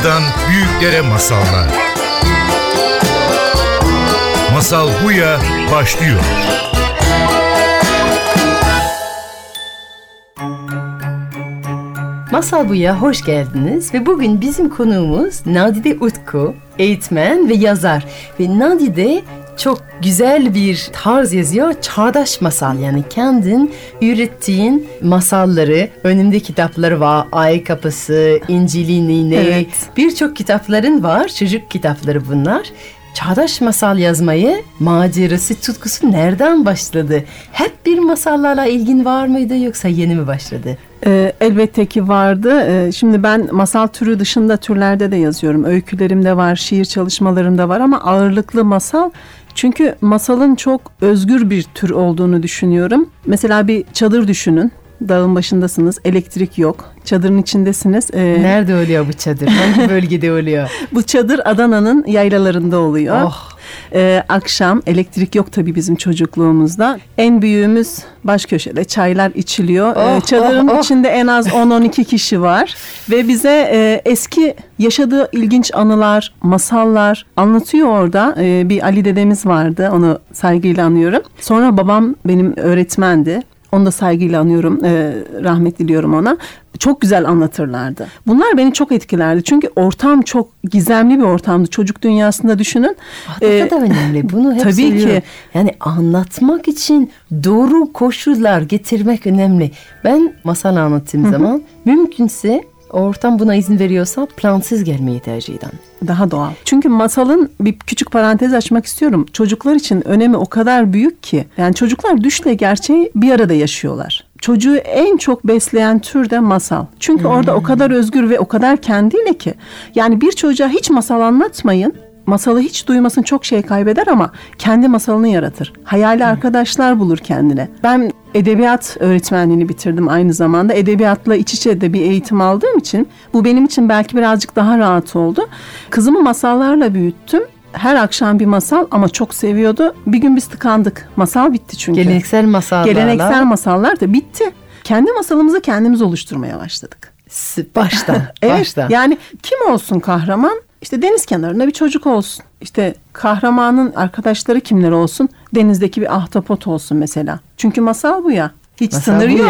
Çocuklardan büyüklere masallar. Masal Buya başlıyor. Masal Buya hoş geldiniz ve bugün bizim konuğumuz Nadide Utku, eğitmen ve yazar. Ve Nadide çok güzel bir tarz yazıyor, çağdaş masal, yani kendin ürettiğin masalları, önümde kitapları var, Ay Kapısı, İncil'in Nine, evet. Birçok kitapların var, çocuk kitapları bunlar. Çağdaş masal yazmayı, macerası, tutkusu nereden başladı? Hep bir masallarla ilgin var mıydı yoksa yeni mi başladı? Elbette ki vardı. Şimdi ben masal türü dışında türlerde de yazıyorum. Öykülerim de var, şiir çalışmalarım da var ama ağırlıklı masal. Çünkü masalın çok özgür bir tür olduğunu düşünüyorum. Mesela bir çadır düşünün. Dağın başındasınız, elektrik yok. Çadırın içindesiniz. Nerede oluyor bu çadır? Hangi bölgede oluyor? Bu çadır Adana'nın yaylalarında oluyor. Oh. Akşam elektrik yok tabii bizim çocukluğumuzda. En büyüğümüz baş köşede, çaylar içiliyor. Çadırın içinde en az 10-12 kişi var. Ve bize eski yaşadığı ilginç anılar, masallar anlatıyor orada. Bir Ali dedemiz vardı, onu saygıyla anıyorum. Sonra babam benim öğretmendi. Onu da saygıyla anıyorum, rahmet diliyorum ona. Çok güzel anlatırlardı. Bunlar beni çok etkilerdi. Çünkü ortam çok gizemli bir ortamdı. Çocuk dünyasında düşünün. Ne kadar önemli. Bunu hep tabii söylüyorum. ki. Yani anlatmak için doğru koşullar getirmek önemli. Ben masal anlattığım zaman mümkünse ortam buna izin veriyorsa plansız gelmeyi tercih eden. Daha doğal. Çünkü masalın, bir küçük parantez açmak istiyorum. Çocuklar için önemi o kadar büyük ki. Yani çocuklar düşle gerçeği bir arada yaşıyorlar. Çocuğu en çok besleyen tür de masal. Çünkü orada o kadar özgür ve o kadar kendiyle ki. Yani bir çocuğa hiç masal anlatmayın. Masalı hiç duymasın, çok şey kaybeder ama kendi masalını yaratır. Hayali arkadaşlar bulur kendine. Ben edebiyat öğretmenliğini bitirdim aynı zamanda. Edebiyatla iç içe de bir eğitim aldığım için bu benim için belki birazcık daha rahat oldu. Kızımı masallarla büyüttüm. Her akşam bir masal ama çok seviyordu. Bir gün biz tıkandık. Masal bitti çünkü. Geleneksel masallar da bitti. Kendi masalımızı kendimiz oluşturmaya başladık. Baştan. Evet. Baştan. Yani kim olsun kahraman? İşte deniz kenarında bir çocuk olsun. İşte kahramanın arkadaşları kimler olsun? Denizdeki bir ahtapot olsun mesela. Çünkü masal bu ya. Hiç masal sınır yok.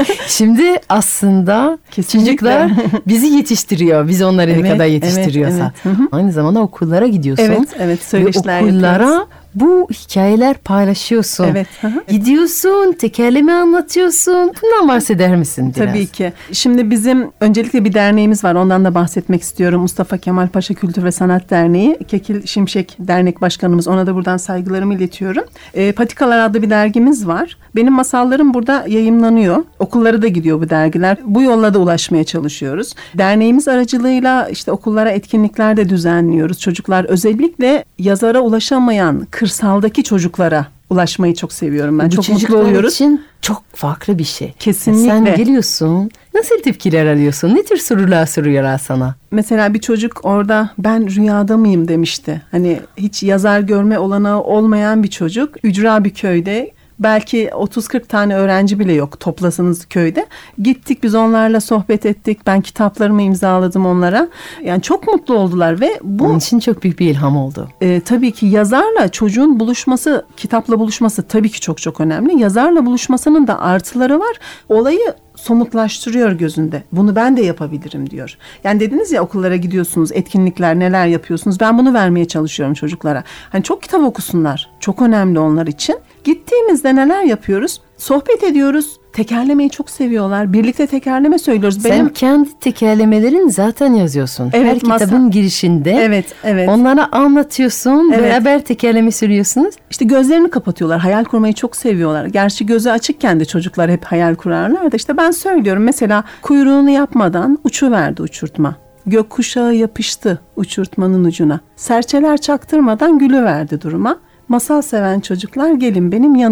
Şimdi aslında kesinlikle. Çocuklar bizi yetiştiriyor. Biz onları ne kadar yetiştiriyorsa. Evet. Aynı zamanda okullara gidiyorsun. Evet. Söyleşiler okullara yapıyoruz. Bu hikayeler paylaşıyorsun. Evet. Gidiyorsun, tekerleme anlatıyorsun. Bundan bahseder misin biraz? Tabii ki. Şimdi bizim öncelikle bir derneğimiz var. Ondan da bahsetmek istiyorum. Mustafa Kemal Paşa Kültür ve Sanat Derneği. Kekil Şimşek Dernek Başkanımız. Ona da buradan saygılarımı iletiyorum. Patikalar adlı bir dergimiz var. Benim masallarım burada yayımlanıyor. Okullara da gidiyor bu dergiler. Bu yolla da ulaşmaya çalışıyoruz. Derneğimiz aracılığıyla işte okullara etkinlikler de düzenliyoruz. Çocuklar, özellikle yazara ulaşamayan kırsaldaki çocuklara ulaşmayı çok seviyorum ben. Bu çok mutlu oluyoruz. Bu için çok farklı bir şey. Kesinlikle. Sen geliyorsun, nasıl tepkiler alıyorsun? Ne tür sorular soruyorlar sana? Mesela bir çocuk orada ben rüyada mıyım demişti. Hani hiç yazar görme olanağı olmayan bir çocuk. Ücra bir köyde. Belki 30-40 tane öğrenci bile yok toplasanız köyde. Gittik, biz onlarla sohbet ettik. Ben kitaplarımı imzaladım onlara. Yani çok mutlu oldular ve bu... Onun için çok büyük bir ilham oldu. Tabii ki yazarla çocuğun buluşması, kitapla buluşması tabii ki çok çok önemli. Yazarla buluşmasının da artıları var. Olayı somutlaştırıyor gözünde. Bunu ben de yapabilirim diyor. Yani dediniz ya, okullara gidiyorsunuz, etkinlikler, neler yapıyorsunuz? Ben bunu vermeye çalışıyorum çocuklara. Hani çok kitap okusunlar. Çok önemli onlar için. Gittiğimizde neler yapıyoruz? Sohbet ediyoruz. Tekerlemeyi çok seviyorlar. Birlikte tekerleme söylüyoruz. Sen kendi tekerlemelerini zaten yazıyorsun. Evet, her kitabın girişinde. Evet. Onlara anlatıyorsun. Evet. Beraber tekerleme söylüyorsunuz. İşte gözlerini kapatıyorlar. Hayal kurmayı çok seviyorlar. Gerçi gözü açıkken de çocuklar hep hayal kurarlar da işte ben söylüyorum. Mesela kuyruğunu yapmadan uçuverdi uçurtma. Gökkuşağı yapıştı uçurtmanın ucuna. Serçeler çaktırmadan gülüverdi duruma. Masal seven çocuklar gelin benim yanıma.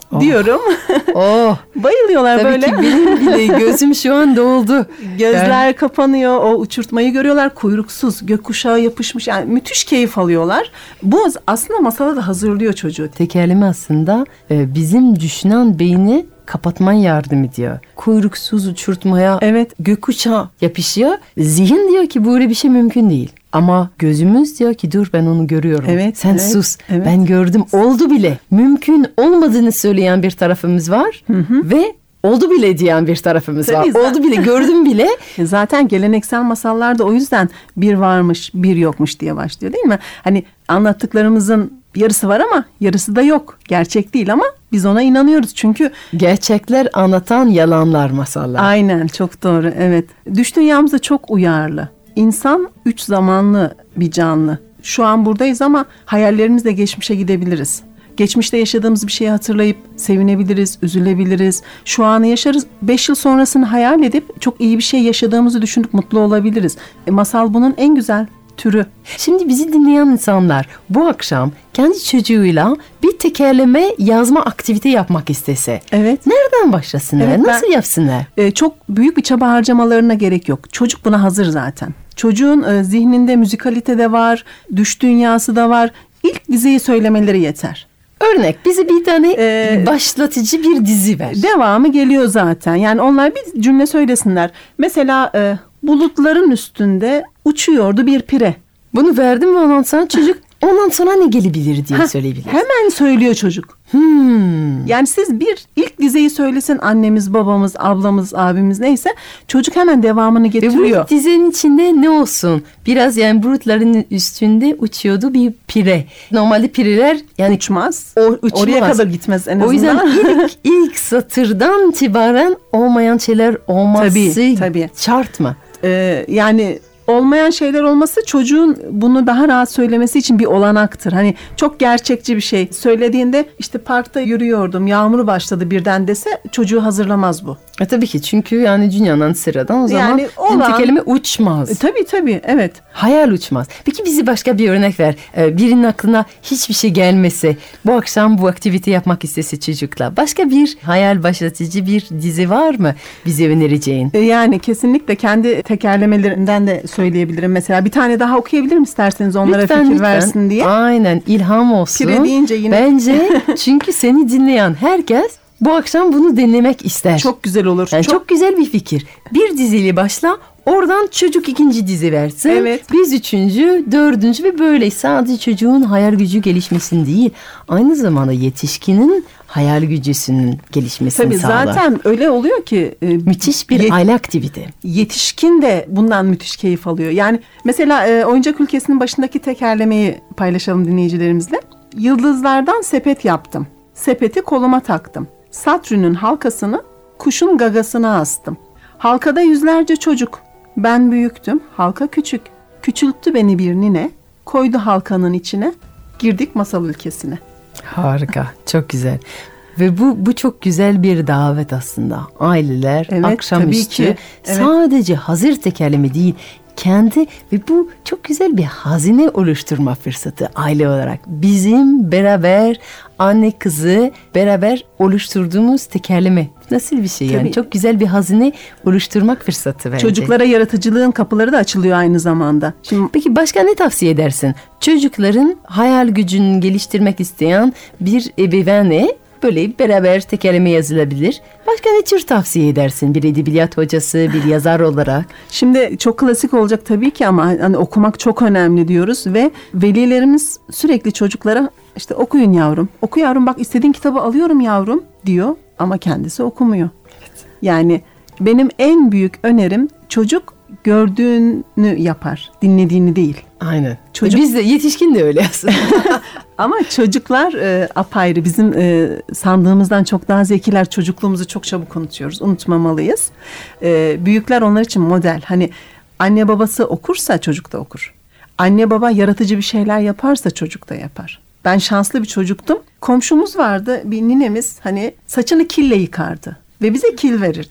diyorum. Oh. Bayılıyorlar Tabii böyle. ki benim bile gözüm şu an doldu. Gözler kapanıyor, o uçurtmayı görüyorlar, kuyruksuz, gökkuşağı yapışmış, yani müthiş keyif alıyorlar. Bu aslında masala da hazırlıyor çocuğu. Tekerleme aslında bizim düşünen beyni kapatmaya yardım ediyor. Kuyruksuz uçurtmaya Evet. gökkuşağı yapışıyor. Zihin diyor ki böyle bir şey mümkün değil. Ama gözümüz diyor ki dur ben onu görüyorum. Evet, Sen evet, sus. evet. Ben gördüm. Oldu bile. Mümkün olmadığını söyleyen bir tarafımız var. Ve oldu bile diyen bir tarafımız Tabii var. Oldu bile, gördüm bile. Zaten geleneksel masallarda o yüzden bir varmış, bir yokmuş diye başlıyor değil mi? Hani anlattıklarımızın yarısı var ama yarısı da yok. Gerçek değil ama biz ona inanıyoruz çünkü... Gerçekler anlatan yalanlar, masallar. Aynen, çok doğru, evet. Düş dünyamız da çok uyarlı. İnsan 3 zamanlı bir canlı. Şu an buradayız ama hayallerimizle geçmişe gidebiliriz. Geçmişte yaşadığımız bir şeyi hatırlayıp sevinebiliriz, üzülebiliriz. Şu anı yaşarız. 5 yıl sonrasını hayal edip çok iyi bir şey yaşadığımızı düşünüp mutlu olabiliriz. Masal bunun en güzel türü. Şimdi bizi dinleyen insanlar bu akşam kendi çocuğuyla bir tekerleme yazma aktivite yapmak istese. Evet. Nereden başlasınlar? Evet, Nasıl yapsınlar? Çok büyük bir çaba harcamalarına gerek yok. Çocuk buna hazır zaten. Çocuğun zihninde müzikalite de var, düş dünyası da var. İlk dizeyi söylemeleri yeter. Örnek bize bir tane başlatıcı bir dizi ver. Devamı geliyor zaten. Yani onlar bir cümle söylesinler. Mesela bulutların üstünde uçuyordu bir pire. Bunu verdim ve ondan sonra çocuk ondan sonra ne gelebilir diye söyleyebilir. Hemen söylüyor çocuk. Yani siz bir ilk dizeyi söylesin, annemiz, babamız, ablamız, abimiz neyse, çocuk hemen devamını Ve getiriyor. bu dizinin içinde ne olsun? Biraz yani bulutların üstünde uçuyordu bir pire. Normalde pireler yani Uçmaz. uçmaz. Oraya kadar gitmez en azından. O yüzden ilk satırdan itibaren olmayan şeyler olması Tabii. şart mı? Yani olmayan şeyler olması çocuğun bunu daha rahat söylemesi için bir olanaktır. Hani çok gerçekçi bir şey söylediğinde, işte parkta yürüyordum, yağmur başladı birden dese, çocuğu hazırlamaz bu. Tabii ki, çünkü yani dünyanın sıradan o zaman Yani olan... tekerleme uçmaz. Tabii evet. Hayal uçmaz. Peki bize başka bir örnek ver. Birinin aklına hiçbir şey gelmese, bu akşam bu aktivite yapmak istese çocukla, başka bir hayal başlatıcı bir dizi var mı bize önereceğin? Yani kesinlikle kendi tekerlemelerinden de söyleyebilirim. Mesela bir tane daha okuyabilirim isterseniz, onlara fikir versin diye. Aynen, ilham olsun. Pire deyince yine. Bence çünkü seni dinleyen herkes bu akşam bunu dinlemek ister. Çok güzel olur. Yani çok güzel bir fikir. Bir diziyle başla, oradan çocuk ikinci dizi versin. Evet. Biz üçüncü, dördüncü ve böyle sadece çocuğun hayal gücü gelişmesin değil, aynı zamanda yetişkinin hayal gücüsünün gelişmesini Tabii sağlar. zaten öyle oluyor ki Müthiş bir aile aktivite. Yetişkin de bundan müthiş keyif alıyor. Yani mesela oyuncak ülkesinin başındaki tekerlemeyi paylaşalım dinleyicilerimizle. Yıldızlardan sepet yaptım. Sepeti koluma taktım. Satürn'ün halkasını kuşun gagasına astım. Halkada yüzlerce çocuk. Ben büyüktüm, halka küçük. Küçülttü beni bir nine, koydu halkanın içine. Girdik masal ülkesine. Harika, çok güzel. Ve bu çok güzel bir davet aslında. Aileler akşamüstü sadece hazır tekerleme değil, kendi ve bu çok güzel bir hazine oluşturma fırsatı aile olarak. Bizim beraber anne kızı beraber oluşturduğumuz tekerleme. Nasıl bir şey yani? Çok güzel bir hazine oluşturmak fırsatı bence. Çocuklara yaratıcılığın kapıları da açılıyor aynı zamanda. Şimdi, peki başka ne tavsiye edersin? Çocukların hayal gücünü geliştirmek isteyen bir ebeveyne böyle beraber tekerleme yazılabilir. Başka ne tür tavsiye edersin bir edebiyat hocası, bir yazar olarak? Şimdi çok klasik olacak tabii ki ama hani okumak çok önemli diyoruz ve velilerimiz sürekli çocuklara işte okuyun yavrum, oku yavrum, bak istediğin kitabı alıyorum yavrum diyor ama kendisi okumuyor. Evet. Yani benim en büyük önerim, çocuk gördüğünü yapar, dinlediğini değil. Aynen. Biz de yetişkin de öyle aslında. Ama çocuklar apayrı. Bizim sandığımızdan çok daha zekiler. Çocukluğumuzu çok çabuk unutuyoruz. Unutmamalıyız. Büyükler onlar için model. Hani anne babası okursa çocuk da okur. Anne baba yaratıcı bir şeyler yaparsa çocuk da yapar. Ben şanslı bir çocuktum. Komşumuz vardı, bir ninemiz, hani saçını kille yıkardı ve bize kil verirdi.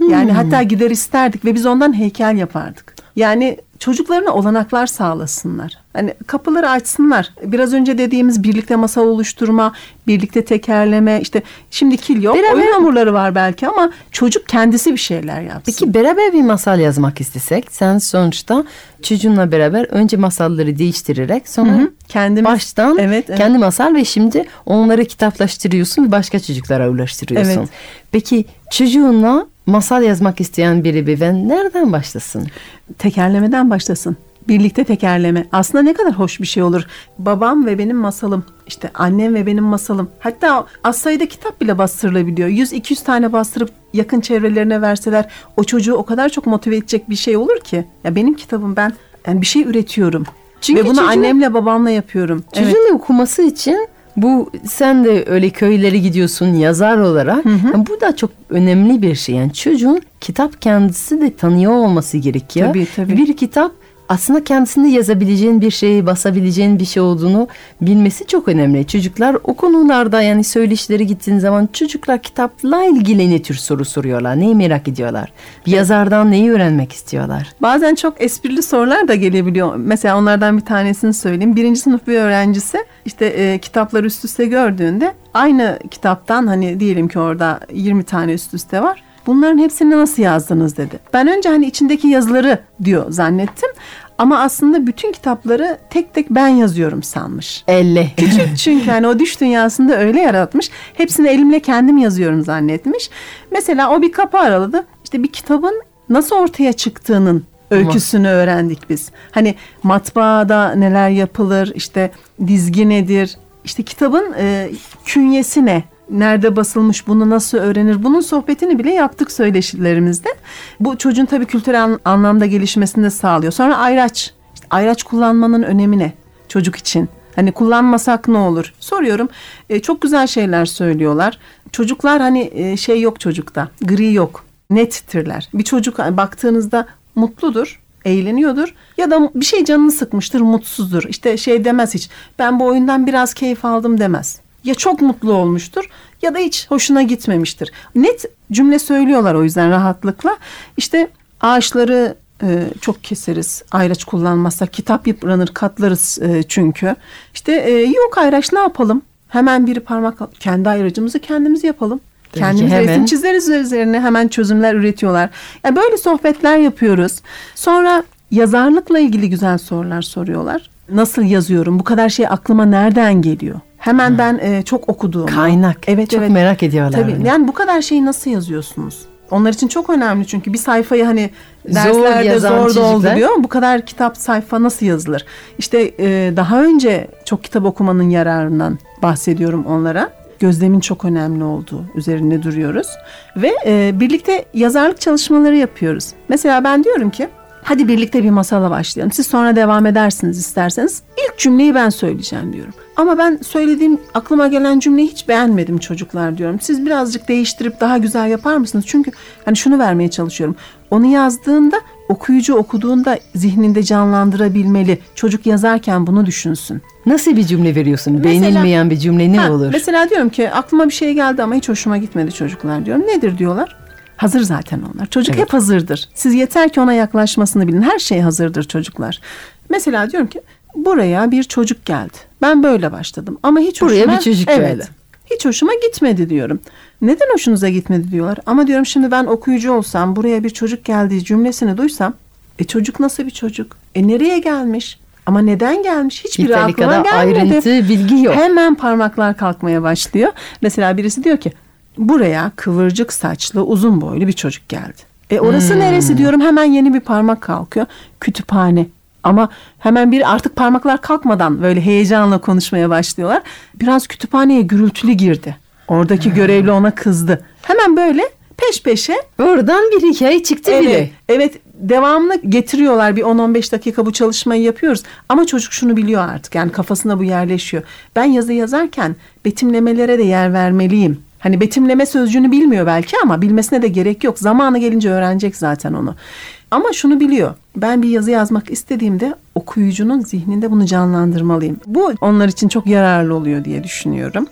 Yani hatta gider isterdik ve biz ondan heykel yapardık. Yani çocuklarına olanaklar sağlasınlar. Hani kapıları açsınlar. Biraz önce dediğimiz birlikte masal oluşturma, birlikte tekerleme, işte şimdi kil yok. Oyun hamurları var belki ama çocuk kendisi bir şeyler yapsın. Peki beraber bir masal yazmak istesek, sen sonuçta çocuğunla beraber önce masalları değiştirerek sonra baştan kendi masal ve şimdi onları kitaplaştırıyorsun ve başka çocuklara ulaştırıyorsun. Evet. Peki çocuğunla masal yazmak isteyen bir ebeveyn nereden başlasın? Tekerlemeden başlasın. Birlikte tekerleme. Aslında ne kadar hoş bir şey olur. Babam ve benim masalım. İşte annem ve benim masalım. Hatta az sayıda kitap bile bastırılabiliyor. 100-200 tane bastırıp yakın çevrelerine verseler o çocuğu o kadar çok motive edecek bir şey olur ki. Ya benim kitabım, ben yani bir şey üretiyorum. Çünkü ve bunu annemle babamla yapıyorum. Çocuğun okuması için bu, sen de öyle köylere gidiyorsun yazar olarak. Yani bu da çok önemli bir şey. Yani çocuğun kitap kendisi de tanıyor olması gerekiyor. Tabii. Bir kitap aslında kendisinde yazabileceğin bir şey, basabileceğin bir şey olduğunu bilmesi çok önemli. Çocuklar o konularda, yani söyleşilere gittiğin zaman çocuklar kitapla ilgili ne tür soru soruyorlar, neyi merak ediyorlar? Bir yazardan neyi öğrenmek istiyorlar? Bazen çok esprili sorular da gelebiliyor. Mesela onlardan bir tanesini söyleyeyim. 1. sınıf bir öğrencisi işte kitapları üst üste gördüğünde aynı kitaptan, hani diyelim ki orada 20 tane üst üste var. Bunların hepsini nasıl yazdınız dedi. Ben önce hani içindeki yazıları diyor zannettim. Ama aslında bütün kitapları tek tek ben yazıyorum sanmış. Küçük çünkü hani o düş dünyasında öyle yaratmış. Hepsini elimle kendim yazıyorum zannetmiş. Mesela o bir kapı araladı. İşte bir kitabın nasıl ortaya çıktığının öyküsünü öğrendik biz. Hani matbaada neler yapılır, işte dizgi nedir, işte kitabın künyesi ne? Nerede basılmış, bunu nasıl öğrenir? Bunun sohbetini bile yaptık söyleşilerimizde. Bu çocuğun tabii kültürel anlamda gelişmesini de sağlıyor. Sonra ayraç. İşte ayraç kullanmanın önemi ne çocuk için? Hani kullanmasak ne olur? Soruyorum. Çok güzel şeyler söylüyorlar. Çocuklar hani şey yok çocukta. Gri yok. Nettirler. Bir çocuk baktığınızda mutludur, eğleniyordur ya da bir şey canını sıkmıştır, mutsuzdur. İşte şey demez hiç. Ben bu oyundan biraz keyif aldım demez. Ya çok mutlu olmuştur ya da hiç hoşuna gitmemiştir. Net cümle söylüyorlar o yüzden rahatlıkla. İşte ağaçları çok keseriz. Ayraç kullanmazsak kitap yıpranır, katlarız çünkü. İşte yok ayraç, ne yapalım? Hemen bir parmak, kendi ayracımızı kendimiz yapalım. Kendimiz resim çizeriz üzerine, hemen çözümler üretiyorlar. Yani böyle sohbetler yapıyoruz. Sonra yazarlıkla ilgili güzel sorular soruyorlar. Nasıl yazıyorum? Bu kadar şey aklıma nereden geliyor? Hemen ben çok okuduğum. Kaynak. Evet, çok merak ediyorlar. Tabii. Yani bu kadar şeyi nasıl yazıyorsunuz? Onlar için çok önemli çünkü bir sayfayı hani derslerde zor dolduruyor. Bu kadar kitap sayfa nasıl yazılır? İşte daha önce çok kitap okumanın yararından bahsediyorum onlara. Gözlemin çok önemli olduğu üzerinde duruyoruz. Ve birlikte yazarlık çalışmaları yapıyoruz. Mesela ben diyorum ki hadi birlikte bir masala başlayalım. Siz sonra devam edersiniz isterseniz. İlk cümleyi ben söyleyeceğim diyorum. Ama ben söylediğim, aklıma gelen cümleyi hiç beğenmedim çocuklar diyorum. Siz birazcık değiştirip daha güzel yapar mısınız? Çünkü hani şunu vermeye çalışıyorum. Onu yazdığında okuyucu okuduğunda zihninde canlandırabilmeli. Çocuk yazarken bunu düşünsün. Nasıl bir cümle veriyorsun? Mesela, beğenilmeyen bir cümle ne olur? Mesela diyorum ki aklıma bir şey geldi ama hiç hoşuma gitmedi çocuklar diyorum. Nedir diyorlar? Hazır zaten onlar. Çocuk hep hazırdır. Siz yeter ki ona yaklaşmasını bilin. Her şey hazırdır çocuklar. Mesela diyorum ki buraya bir çocuk geldi. Ben böyle başladım ama hiç buraya bir çocuk geldi. Hiç hoşuma gitmedi diyorum. Neden hoşunuza gitmedi diyorlar. Ama diyorum şimdi ben okuyucu olsam, buraya bir çocuk geldiği cümlesini duysam, çocuk nasıl bir çocuk? Nereye gelmiş? Ama neden gelmiş? Hiçbir aklıma gelmedi. Ayrıntı, bilgi yok. Hemen parmaklar kalkmaya başlıyor. Mesela birisi diyor ki buraya kıvırcık saçlı, uzun boylu bir çocuk geldi. Orası neresi diyorum, hemen yeni bir parmak kalkıyor. Kütüphane. Ama hemen bir artık parmaklar kalkmadan böyle heyecanla konuşmaya başlıyorlar. Biraz kütüphaneye gürültülü girdi. Oradaki görevli ona kızdı. Hemen böyle peş peşe. Oradan bir hikaye çıktı bile. Evet, devamlı getiriyorlar. Bir 10-15 dakika bu çalışmayı yapıyoruz. Ama çocuk şunu biliyor artık. Yani kafasına bu yerleşiyor. Ben yazı yazarken betimlemelere de yer vermeliyim. Hani betimleme sözcüğünü bilmiyor belki ama bilmesine de gerek yok. Zamanı gelince öğrenecek zaten onu. Ama şunu biliyor. Ben bir yazı yazmak istediğimde okuyucunun zihninde bunu canlandırmalıyım. Bu onlar için çok yararlı oluyor diye düşünüyorum.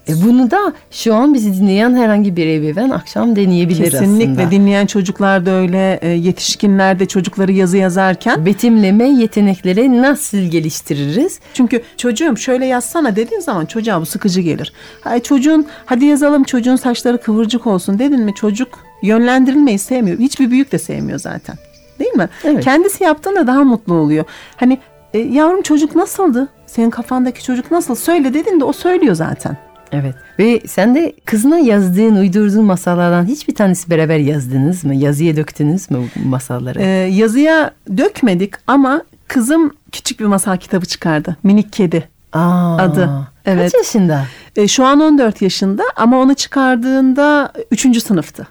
Bunu da şu an bizi dinleyen herhangi bir ebeveyn akşam deneyebilir aslında. Kesinlikle dinleyen çocuklar da öyle, yetişkinler de çocukları yazı yazarken. Betimleme yetenekleri nasıl geliştiririz? Çünkü çocuğum şöyle yazsana dediğin zaman çocuğa bu sıkıcı gelir. Çocuğun hadi yazalım çocuğun saçları kıvırcık olsun dedin mi çocuk yönlendirilmeyi sevmiyor. Hiçbir büyük de sevmiyor zaten. Değil mi? Evet. Kendisi yaptığında daha mutlu oluyor. Hani yavrum çocuk nasıldı? Senin kafandaki çocuk nasıl? Söyle dedin de o söylüyor zaten. Evet. Ve sen de kızına yazdığın, uydurduğun masallardan hiçbir tanesi beraber yazdınız mı? Yazıya döktünüz mü bu masalları? Yazıya dökmedik ama kızım küçük bir masal kitabı çıkardı. Minik Kedi adı. Evet. Kaç yaşında? Şu an 14 yaşında ama onu çıkardığında 3. sınıftı.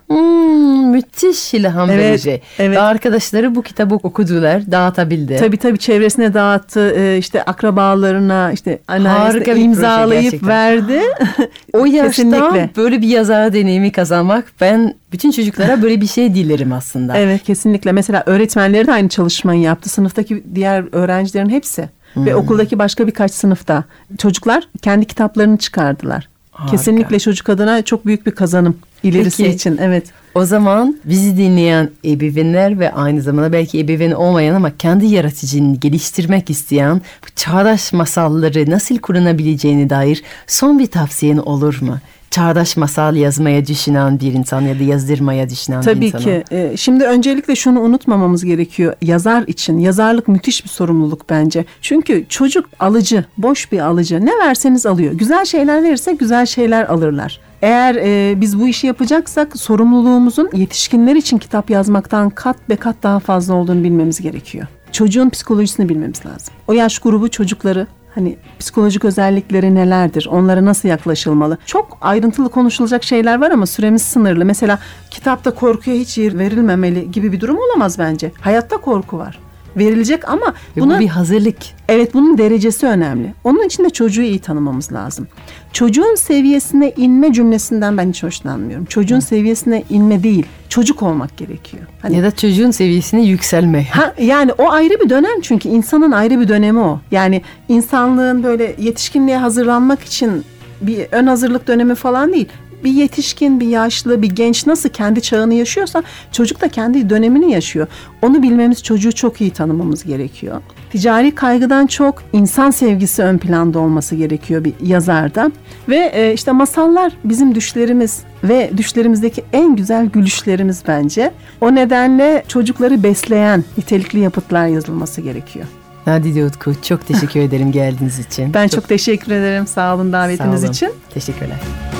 Müthiş ilham verici. Evet. Ve arkadaşları bu kitabı okudular, dağıtabildi. Tabii çevresine dağıttı, işte akrabalarına, işte anneannesine imzalayıp verdi. O yaşta Kesinlikle. böyle bir yazar deneyimi kazanmak, ben bütün çocuklara böyle bir şey dilerim aslında. Evet kesinlikle. Mesela öğretmenleri de aynı çalışmayı yaptı. Sınıftaki diğer öğrencilerin hepsi. Ve okuldaki başka birkaç sınıfta çocuklar kendi kitaplarını çıkardılar. Harika. Kesinlikle çocuk adına çok büyük bir kazanım ilerisi için. Evet. O zaman bizi dinleyen ebeveynler ve aynı zamanda belki ebeveyn olmayan ama kendi yaratıcılığını geliştirmek isteyen bu çağdaş masalları nasıl kullanabileceğine dair son bir tavsiyen olur mu? Çağdaş masal yazmaya düşünen bir insan ya da yazdırmaya düşünen bir insan. Tabii ki. Şimdi öncelikle şunu unutmamamız gerekiyor. Yazar için yazarlık müthiş bir sorumluluk bence. Çünkü çocuk alıcı, boş bir alıcı. Ne verseniz alıyor. Güzel şeyler verirse güzel şeyler alırlar. Eğer biz bu işi yapacaksak sorumluluğumuzun yetişkinler için kitap yazmaktan kat be kat daha fazla olduğunu bilmemiz gerekiyor. Çocuğun psikolojisini bilmemiz lazım. O yaş grubu çocukları, hani psikolojik özellikleri nelerdir? Onlara nasıl yaklaşılmalı? Çok ayrıntılı konuşulacak şeyler var ama süremiz sınırlı. Mesela kitapta korkuya hiç yer verilmemeli gibi bir durum olamaz bence. Hayatta korku var. Verilecek ama bu bir hazırlık. Evet, bunun derecesi önemli. Onun için de çocuğu iyi tanımamız lazım. Çocuğun seviyesine inme cümlesinden ben hiç hoşlanmıyorum. Çocuğun seviyesine inme değil, çocuk olmak gerekiyor. Hani, ya da çocuğun seviyesine yükselme. Yani o ayrı bir dönem, çünkü insanın ayrı bir dönemi o. Yani insanlığın böyle yetişkinliğe hazırlanmak için bir ön hazırlık dönemi falan değil. Bir yetişkin, bir yaşlı, bir genç nasıl kendi çağını yaşıyorsa çocuk da kendi dönemini yaşıyor. Onu bilmemiz, çocuğu çok iyi tanımamız gerekiyor. Ticari kaygıdan çok insan sevgisi ön planda olması gerekiyor bir yazarda. Ve işte masallar bizim düşlerimiz ve düşlerimizdeki en güzel gülüşlerimiz bence. O nedenle çocukları besleyen nitelikli yapıtlar yazılması gerekiyor. Nadide Utku, çok teşekkür ederim geldiğiniz için. Ben çok teşekkür ederim. Sağ olun davetiniz için. Teşekkürler.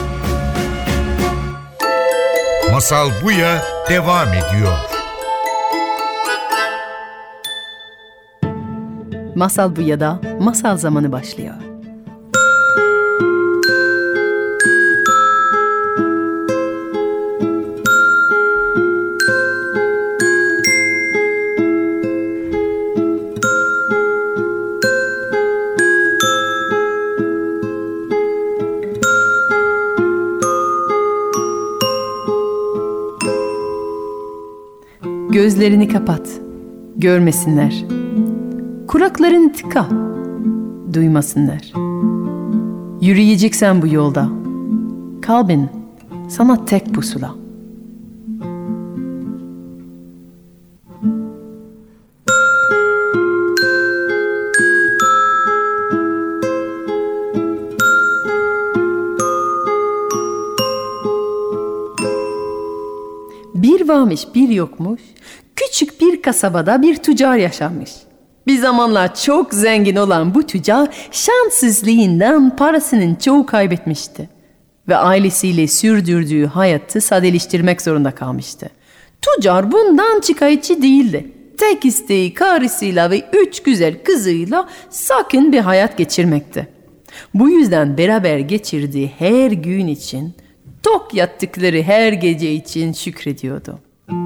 Masal Buya devam ediyor. Masal Buya'da masal zamanı başlıyor. Gözlerini kapat, görmesinler. Kulaklarını tıka, duymasınlar. Yürüyeceksen bu yolda, kalbin sana tek pusula. Bir varmış bir yokmuş, küçük bir kasabada bir tüccar yaşamış. Bir zamanlar çok zengin olan bu tüccar şanssızlığından parasının çoğu kaybetmişti. Ve ailesiyle sürdürdüğü hayatı sadeleştirmek zorunda kalmıştı. Tüccar bundan şikayetçi değildi. Tek isteği karısıyla ve 3 güzel kızıyla sakin bir hayat geçirmekti. Bu yüzden beraber geçirdiği her gün için, tok yattıkları her gece için şükrediyordu.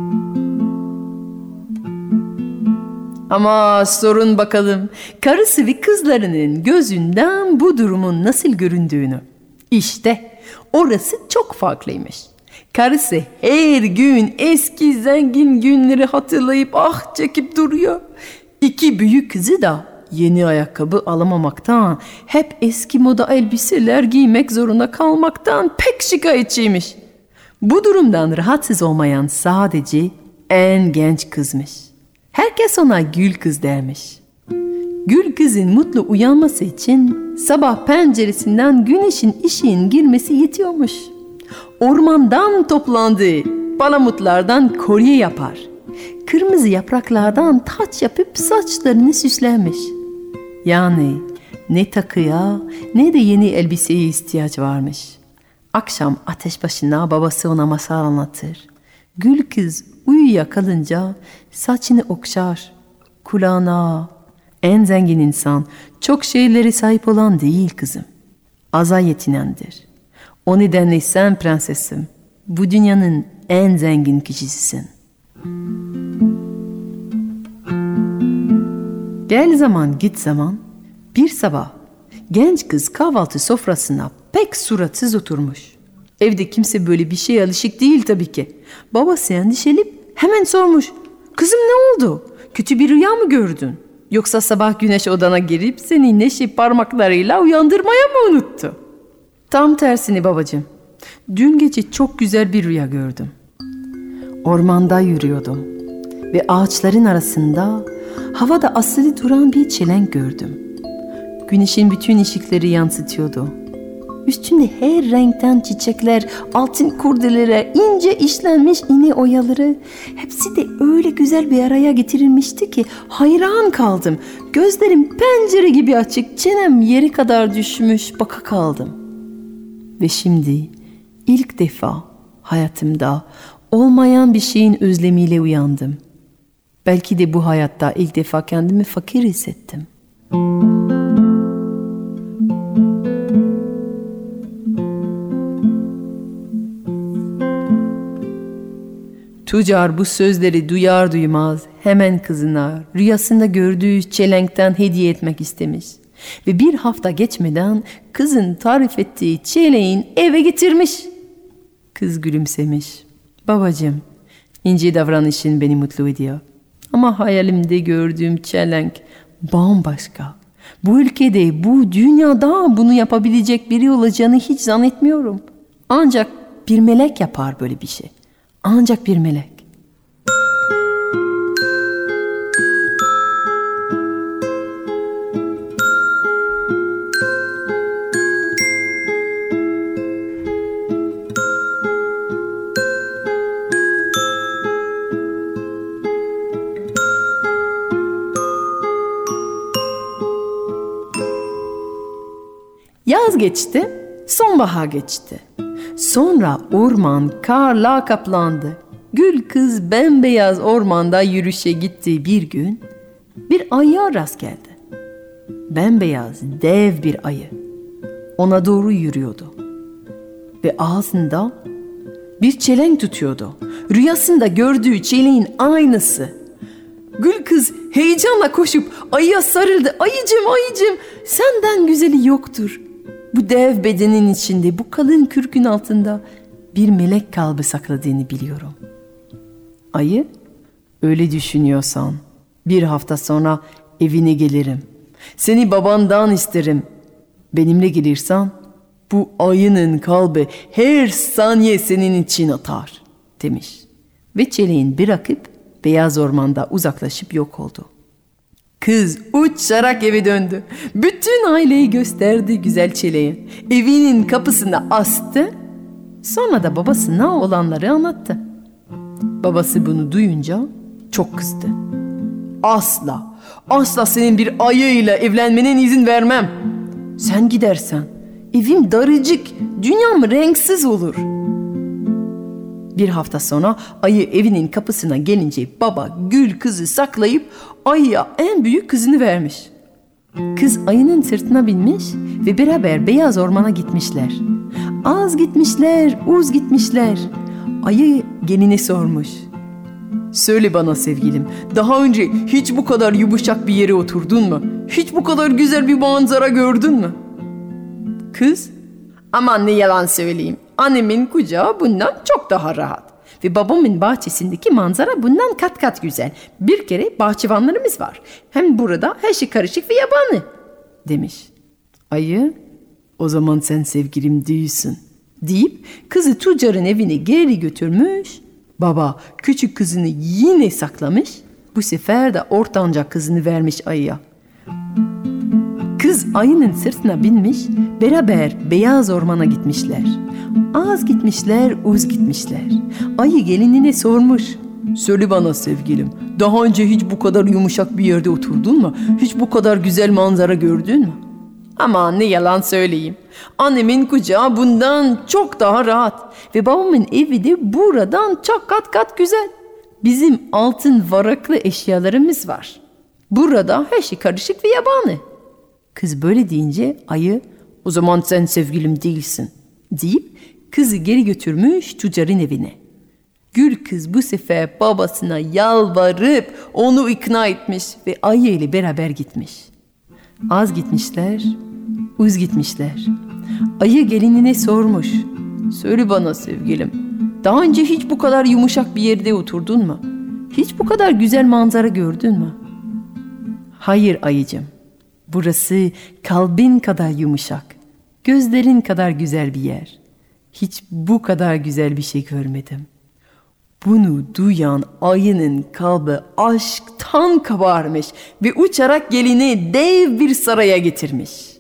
Ama sorun bakalım karısı ve kızlarının gözünden bu durumun nasıl göründüğünü. İşte orası çok farklıymış. Karısı her gün eski zengin günleri hatırlayıp ah çekip duruyor. 2 büyük kızı da yeni ayakkabı alamamaktan, hep eski moda elbiseler giymek zorunda kalmaktan pek şikayetçiymiş. Bu durumdan rahatsız olmayan sadece en genç kızmış. Herkes ona Gül kız dermiş. Gül kızın mutlu uyanması için sabah penceresinden güneşin ışığın girmesi yetiyormuş. Ormandan toplandığı palamutlardan kolye yapar. Kırmızı yapraklardan taç yapıp saçlarını süslenmiş. Yani ne takıya ne de yeni elbiseye ihtiyaç varmış. Akşam ateş başına babası ona masal anlatır. Gül kız uyuyakalınca saçını okşar, kulağına. En zengin insan çok şeylere sahip olan değil kızım. Aza yetinendir. O nedenle sen prensesim, bu dünyanın en zengin kişisisin. Gel zaman git zaman, bir sabah genç kız kahvaltı sofrasına pek suratsız oturmuş. Evde kimse böyle bir şeye alışık değil tabii ki. Babası endişelip hemen sormuş. Kızım ne oldu? Kötü bir rüya mı gördün? Yoksa sabah güneş odana girip seni neşe parmaklarıyla uyandırmaya mı unuttu? Tam tersini babacığım. Dün gece çok güzel bir rüya gördüm. Ormanda yürüyordum ve ağaçların arasında havada asılı duran bir çelenk gördüm. Güneşin bütün ışıkları yansıtıyordu. Üstünde her renkten çiçekler, altın kurdelere, ince işlenmiş iğne oyaları, hepsi de öyle güzel bir araya getirilmişti ki hayran kaldım. Gözlerim pencere gibi açık, çenem yere kadar düşmüş, baka kaldım. Ve şimdi ilk defa hayatımda olmayan bir şeyin özlemiyle uyandım. Belki de bu hayatta ilk defa kendimi fakir hissettim. Tüccar bu sözleri duyar duymaz hemen kızına rüyasında gördüğü çelenkten hediye etmek istemiş. Ve bir hafta geçmeden kızın tarif ettiği çeleğin eve getirmiş. Kız gülümsemiş. Babacığım, ince davranışın beni mutlu ediyor. Ama hayalimde gördüğüm çelenk bambaşka. Bu ülkede, bu dünyada bunu yapabilecek biri olacağını hiç zannetmiyorum. Ancak bir melek yapar böyle bir şey. Ancak bir melek. Yaz geçti, sonbahar geçti. Sonra orman karla kaplandı. Gül kız bembeyaz ormanda yürüyüşe gittiği bir gün bir ayıya rast geldi. Bembeyaz dev bir ayı. Ona doğru yürüyordu. Ve ağzında bir çelenk tutuyordu. Rüyasında gördüğü çeleğin aynısı. Gül kız heyecanla koşup ayıya sarıldı. Ayıcım, senden güzeli yoktur. Bu dev bedenin içinde, bu kalın kürkün altında bir melek kalbi sakladığını biliyorum. Ayı, öyle düşünüyorsan bir hafta sonra evine gelirim. Seni babandan isterim. Benimle gelirsen bu ayının kalbi her saniye senin için atar demiş. Ve çeleğin bırakıp beyaz ormanda uzaklaşıp yok oldu. Kız uçarak eve döndü. Bütün aileyi gösterdi güzel çeleği. Evinin kapısına astı. Sonra da babasına olanları anlattı. Babası bunu duyunca çok kızdı. Asla senin bir ayıyla evlenmene izin vermem. Sen gidersen evim darıcık, dünyam renksiz olur. Bir hafta sonra ayı evinin kapısına gelince baba Gül kızı saklayıp ayıya en büyük kızını vermiş. Kız ayının sırtına binmiş ve beraber beyaz ormana gitmişler. Az gitmişler, uz gitmişler. Ayı geline sormuş. Söyle bana sevgilim, daha önce hiç bu kadar yumuşak bir yere oturdun mu? Hiç bu kadar güzel bir manzara gördün mü? Kız, aman ne yalan söyleyeyim. Annemin kucağı bundan çok daha rahat. Ve babamın bahçesindeki manzara bundan kat kat güzel. Bir kere bahçıvanlarımız var. Hem burada her şey karışık ve yabani demiş. Ayı, o zaman sen sevgilim değilsin deyip kızı tüccarın evine geri götürmüş. Baba küçük kızını yine saklamış. Bu sefer de ortanca kızını vermiş ayıya. Kız ayının sırtına binmiş, beraber beyaz ormana gitmişler. Az gitmişler, uz gitmişler. Ayı gelinine sormuş. Söyle bana sevgilim, daha önce hiç bu kadar yumuşak bir yerde oturdun mu? Hiç bu kadar güzel manzara gördün mü? Aman ne yalan söyleyeyim. Annemin kucağı bundan çok daha rahat. Ve babamın evi de buradan çok kat kat güzel. Bizim altın varaklı eşyalarımız var. Burada her şey karışık ve yabani. Kız böyle deyince ayı, o zaman sen sevgilim değilsin deyip kızı geri götürmüş tüccarın evine. Gül kız bu sefer babasına yalvarıp onu ikna etmiş ve ayı ile beraber gitmiş. Az gitmişler, uz gitmişler. Ayı gelinine sormuş. Söyle bana sevgilim, daha önce hiç bu kadar yumuşak bir yerde oturdun mu? Hiç bu kadar güzel manzara gördün mü? Hayır ayıcığım, burası kalbin kadar yumuşak, gözlerin kadar güzel bir yer. Hiç bu kadar güzel bir şey görmedim. Bunu duyan ayının kalbi aşktan kabarmış ve uçarak gelini dev bir saraya getirmiş.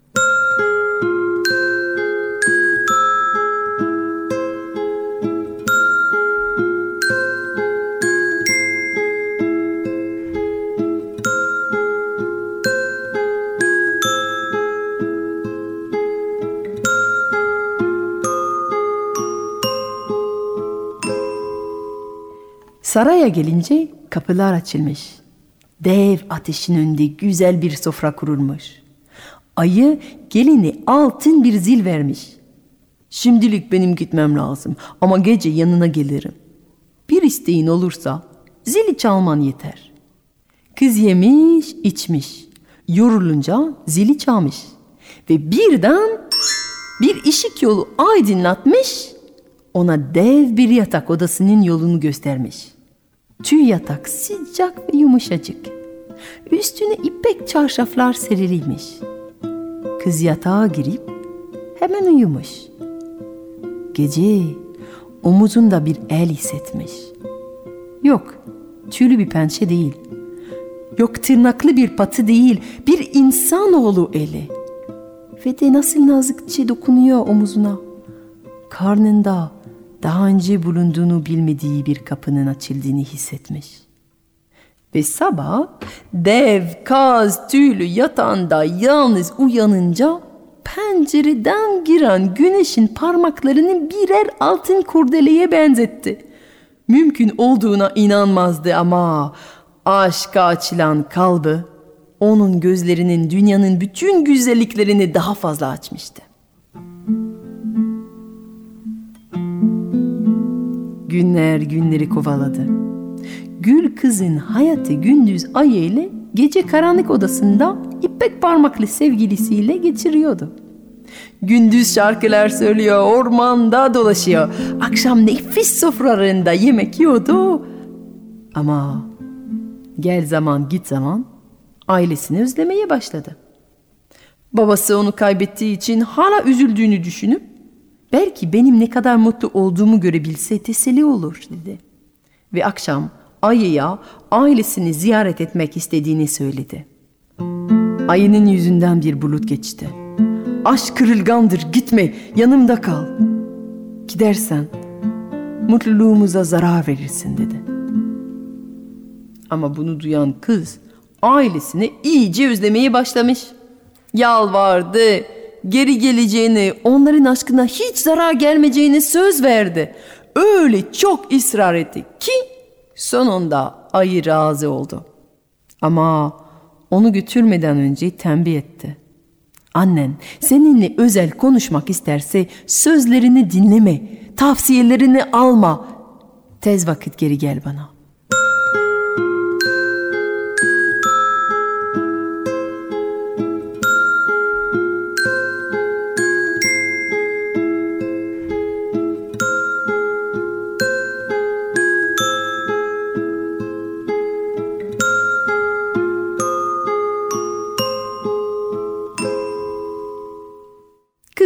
Saraya gelince kapılar açılmış. Dev ateşin önünde güzel bir sofra kurulmuş. Ayı gelini altın bir zil vermiş. Şimdilik benim gitmem lazım ama gece yanına gelirim. Bir isteğin olursa zili çalman yeter. Kız yemiş, içmiş. Yorulunca zili çalmış. Ve birden bir ışık yolu aydınlatmış. Ona dev bir yatak odasının yolunu göstermiş. Tüy yatak sıcak ve yumuşacık. Üstüne ipek çarşaflar seriliymiş. Kız yatağa girip hemen uyumuş. Gece omuzunda bir el hissetmiş. Yok, tüylü bir pençe değil. Yok, tırnaklı bir patı değil, bir insanoğlu eli. Ve de nasıl nazikçe dokunuyor omuzuna. Karnında daha önce bulunduğunu bilmediği bir kapının açıldığını hissetmiş. Ve sabah dev kaz tüylü yatağında yalnız uyanınca pencereden giren güneşin parmaklarını birer altın kurdeleye benzetti. Mümkün olduğuna inanmazdı ama aşka açılan kalbi onun gözlerinin dünyanın bütün güzelliklerini daha fazla açmıştı. Günler günleri kovaladı. Gül kızın hayatı gündüz ayı ile gece karanlık odasında ipek parmaklı sevgilisiyle geçiriyordu. Gündüz şarkılar söylüyor, ormanda dolaşıyor. Akşam nefis sofralarında yemek yiyordu. Ama gel zaman git zaman ailesini özlemeye başladı. Babası onu kaybettiği için hala üzüldüğünü düşünüp belki benim ne kadar mutlu olduğumu görebilse teselli olur dedi. Ve akşam ayıya ailesini ziyaret etmek istediğini söyledi. Ayının yüzünden bir bulut geçti. Aşk kırılgandır, gitme, yanımda kal. Gidersen mutluluğumuza zarar verirsin dedi. Ama bunu duyan kız ailesini iyice özlemeye başlamış. Yalvardı, geri geleceğini, onların aşkına hiç zarar gelmeyeceğini söz verdi. Öyle çok ısrar etti ki sonunda ayı razı oldu. Ama onu götürmeden önce tembih etti. Annen seninle özel konuşmak isterse sözlerini dinleme, tavsiyelerini alma. Tez vakit geri gel bana.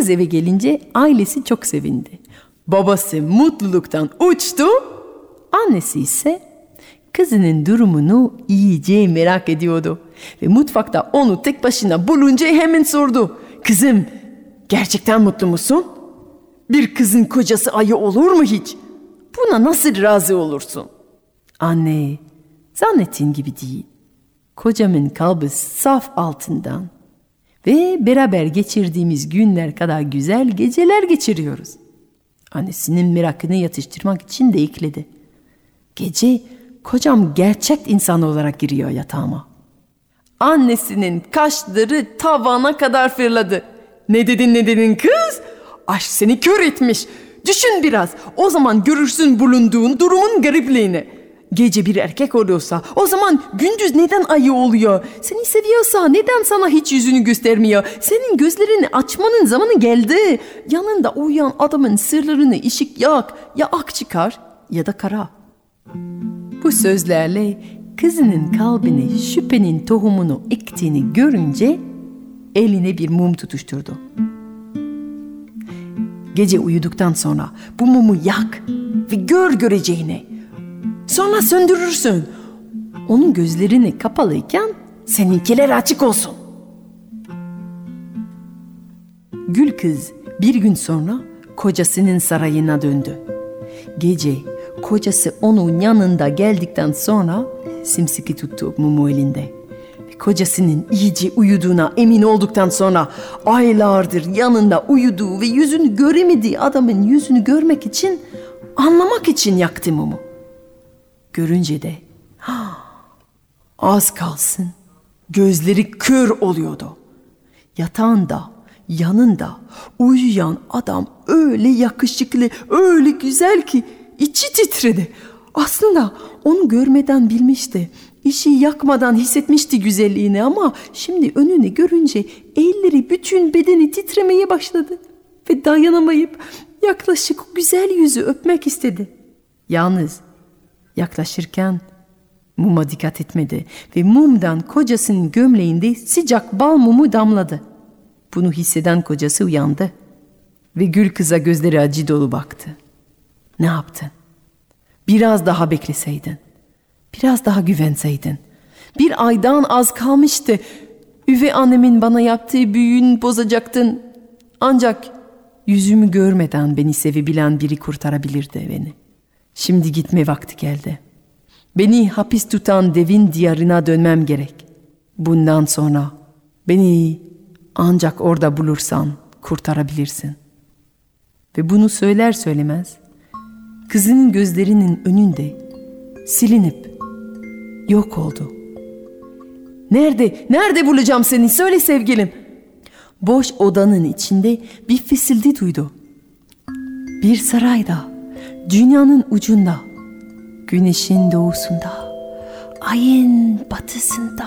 kız eve gelince ailesi çok sevindi. Babası mutluluktan uçtu. Annesi ise kızının durumunu iyice merak ediyordu. Ve mutfakta onu tek başına bulunca hemen sordu. Kızım, gerçekten mutlu musun? Bir kızın kocası ayı olur mu hiç? Buna nasıl razı olursun? Anne, zannettiğin gibi değil. Kocamın kalbi saf altından ve beraber geçirdiğimiz günler kadar güzel geceler geçiriyoruz. Annesinin merakını yatıştırmak için de ekledi. Gece kocam gerçek insan olarak giriyor yatağıma. Annesinin kaşları tavana kadar fırladı. Ne dedin kız? Aşk seni kör etmiş. Düşün biraz. O zaman görürsün bulunduğun durumun garipliğini. Gece bir erkek oluyorsa o zaman gündüz neden ayı oluyor? Seni seviyorsa neden sana hiç yüzünü göstermiyor? Senin gözlerini açmanın zamanı geldi. Yanında uyuyan adamın sırlarını ışık yak. Ya ak çıkar ya da kara. Bu sözlerle kızının kalbine şüphenin tohumunu ektiğini görünce eline bir mum tutuşturdu. Gece uyuduktan sonra bu mumu yak ve gör göreceğini. Sonra söndürürsün. Onun gözlerini kapalıyken seninkiler açık olsun. Gül kız bir gün sonra kocasının sarayına döndü. Gece kocası onun yanında geldikten sonra simsiki tuttu mumu elinde. Kocasının iyice uyuduğuna emin olduktan sonra aylardır yanında uyuduğu ve yüzünü göremediği adamın yüzünü görmek için, anlamak için yaktı mumu. Görünce de az kalsın gözleri kör oluyordu. Yatağında, yanında uyuyan adam öyle yakışıklı, öyle güzel ki içi titredi. Aslında onu görmeden bilmişti. İşi yakmadan hissetmişti güzelliğini ama şimdi önünü görünce elleri, bütün bedeni titremeye başladı. Ve dayanamayıp yaklaşık o güzel yüzü öpmek istedi. Yalnız yaklaşırken muma dikkat etmedi ve mumdan kocasının gömleğinde sıcak bal mumu damladı. Bunu hisseden kocası uyandı ve Gül kıza gözleri acı dolu baktı. Ne yaptın? Biraz daha bekleseydin. Biraz daha güvenseydin. Bir aydan az kalmıştı. Üvey annemin bana yaptığı büyüğünü bozacaktın. Ancak yüzümü görmeden beni sevebilen biri kurtarabilirdi beni. Şimdi gitme vakti geldi. Beni hapis tutan devin diyarına dönmem gerek. Bundan sonra beni ancak orada bulursan kurtarabilirsin. Ve bunu söyler söylemez kızının gözlerinin önünde silinip yok oldu. Nerede bulacağım seni? Söyle sevgilim. Boş odanın içinde bir fısıltı duydu. Bir sarayda, dünyanın ucunda, güneşin doğusunda, ayın batısında.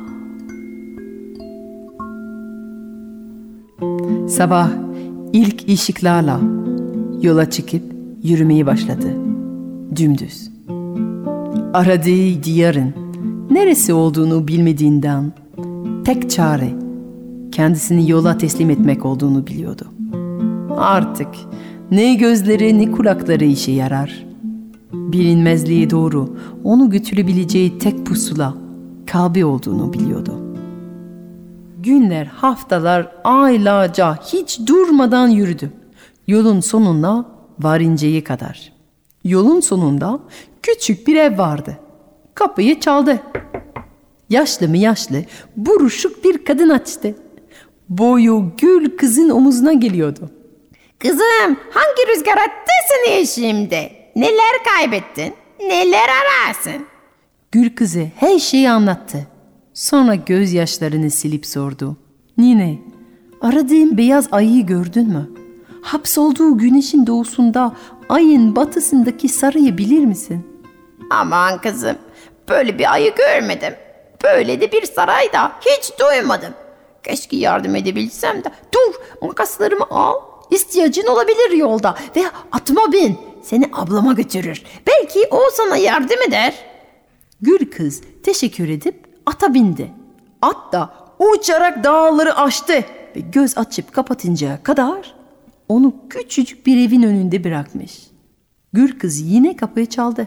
Sabah ilk ışıklarla yola çıkıp yürümeye başladı. Dümdüz. Aradığı diyarın neresi olduğunu bilmediğinden tek çare kendisini yola teslim etmek olduğunu biliyordu. Artık ne gözleri ne kulakları işe yarar. Bilinmezliğe doğru onu götürebileceği tek pusula kalbi olduğunu biliyordu. Günler, haftalar, aylarca hiç durmadan yürüdü. Yolun sonuna varıncaya kadar. Yolun sonunda küçük bir ev vardı. Kapıyı çaldı. Yaşlı mı yaşlı, buruşuk bir kadın açtı. Boyu Gül kızın omuzuna geliyordu. Kızım, hangi rüzgar attı seni şimdi? Neler kaybettin? Neler ararsın? Gül kızı her şeyi anlattı. Sonra gözyaşlarını silip sordu. Nine, aradığım beyaz ayıyı gördün mü? Hapsolduğu güneşin doğusunda, ayın batısındaki sarayı bilir misin? Aman kızım, böyle bir ayı görmedim. Böyle de bir sarayda hiç duymadım. Keşke yardım edebilsem de. Dur, makaslarımı al. İhtiyacın olabilir yolda. Veya atıma bin. Seni ablama götürür. Belki o sana yardım eder. Gül kız teşekkür edip ata bindi. At da uçarak dağları aştı ve göz açıp kapatıncaya kadar onu küçücük bir evin önünde bırakmış. Gül kız yine kapıyı çaldı.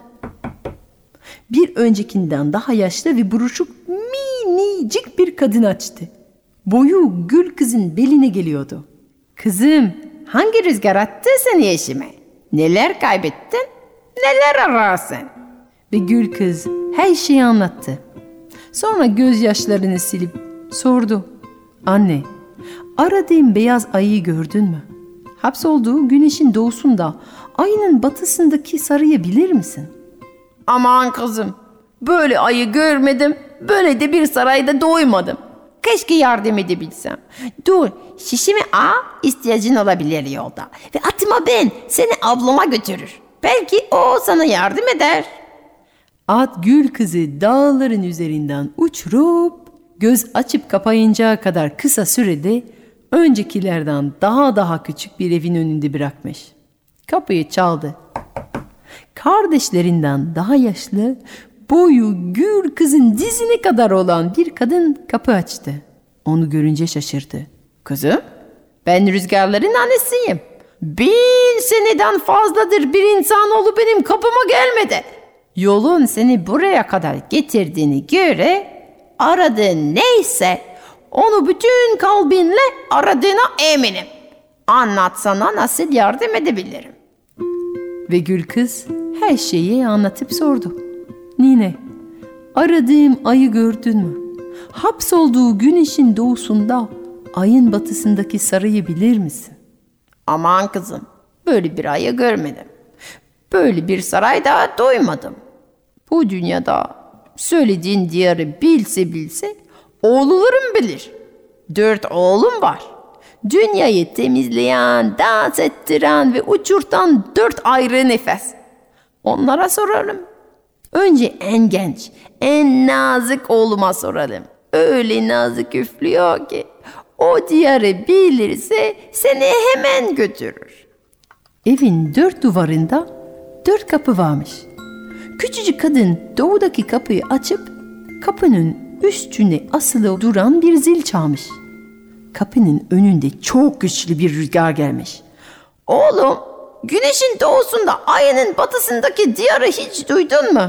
Bir öncekinden daha yaşlı ve buruşuk minicik bir kadın açtı. Boyu Gül kızın beline geliyordu. Kızım, hangi rüzgar attı seni eşime? Neler kaybettin? Neler ararsın? Ve Gül kız her şeyi anlattı. Sonra gözyaşlarını silip sordu. Anne, aradığım beyaz ayıyı gördün mü? Hapsolduğu güneşin doğusunda ayının batısındaki sarıyı bilir misin? Aman kızım, böyle ayı görmedim, böyle de bir sarayda doymadım. Keşke yardım edebilsem. Dur, şişimi al, ihtiyacın olabilir yolda. Ve atma ben, seni ablama götürür. Belki o sana yardım eder. At Gül kızı dağların üzerinden uçurup göz açıp kapayınca kadar kısa sürede öncekilerden daha küçük bir evin önünde bırakmış. Kapıyı çaldı. Kardeşlerinden daha yaşlı, boyu Gül kızın dizine kadar olan bir kadın kapı açtı. Onu görünce şaşırdı. Kızım, ben rüzgarların annesiyim. 1000 seneden fazladır bir insanoğlu benim kapıma gelmedi. Yolun seni buraya kadar getirdiğini göre aradığın neyse onu bütün kalbinle aradığına eminim. Anlatsana nasıl yardım edebilirim? Ve Gül kız her şeyi anlatıp sordu. Nine, aradığım ayı gördün mü? Hapsolduğu güneşin doğusunda ayın batısındaki sarayı bilir misin? Aman kızım, böyle bir ayı görmedim. Böyle bir sarayda doymadım. Bu dünyada söylediğin diyarı bilse oğullarım bilir. 4 oğlum var. Dünyayı temizleyen, dans ettiren ve uçurtan 4 ayrı nefes. Onlara soralım. Önce en genç, en nazik oğluma soralım. Öyle nazik üflüyor ki o diyarı bilirse seni hemen götürür. Evin 4 duvarında 4 kapı varmış. Küçücük kadın doğudaki kapıyı açıp kapının üstüne asılı duran bir zil çalmış. Kapının önünde çok güçlü bir rüzgar gelmiş. Oğlum, güneşin doğusunda ayının batısındaki diyarı hiç duydun mu?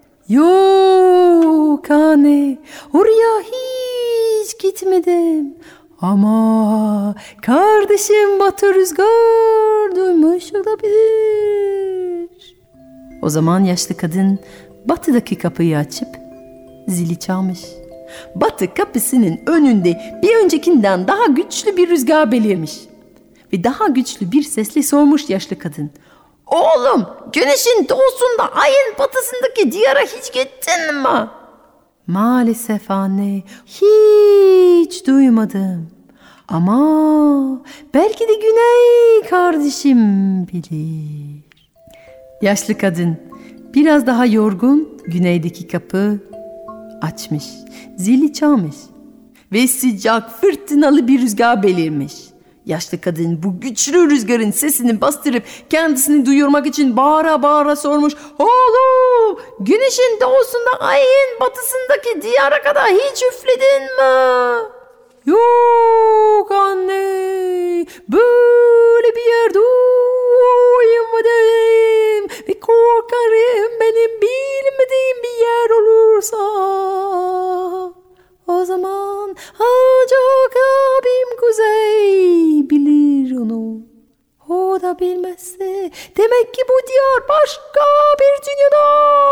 Yok anne, oraya hiç gitmedim. Ama kardeşim Batı Rüzgar duymuş olabilir. O zaman yaşlı kadın batıdaki kapıyı açıp zili çalmış. Batı kapısının önünde bir öncekinden daha güçlü bir rüzgar belirmiş. Ve daha güçlü bir sesle sormuş yaşlı kadın. Oğlum, güneşin doğusunda ayın batısındaki diyara hiç gittin mi? Maalesef anne, hiç duymadım. Ama belki de Güney kardeşim bilir. Yaşlı kadın biraz daha yorgun güneydeki kapı açmış. Zili çalmış. Ve sıcak fırtınalı bir rüzgar belirmiş. Yaşlı kadın bu güçlü rüzgarın sesini bastırıp kendisini duyurmak için bağıra sormuş. Oğlum, güneşin doğusunda ayın batısındaki diyara kadar hiç üfledin mi? Yok anne, böyle bir yerde uyumadım ve korkarım benim bilmediğim bir yer olursa. O zaman ancak abim Kuzey bilir onu. O da bilmezse demek ki bu diyar başka bir dünyada.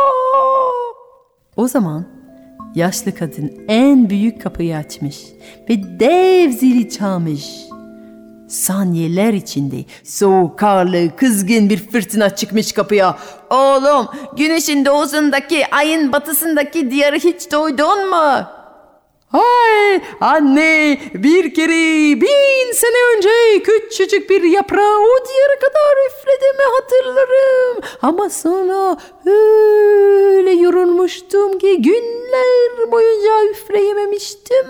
O zaman yaşlı kadın en büyük kapıyı açmış ve dev zili çalmış. Saniyeler içinde soğuk, karlı, kızgın bir fırtına çıkmış kapıya. Oğlum, güneşin doğusundaki, ayın batısındaki diyarı hiç duydun mu? Ay anne, bir kere 1000 sene önce küçücük bir yaprağı o diyara kadar üflediğimi hatırlarım. Ama sonra öyle yorulmuştum ki günler boyunca üfleyememiştim.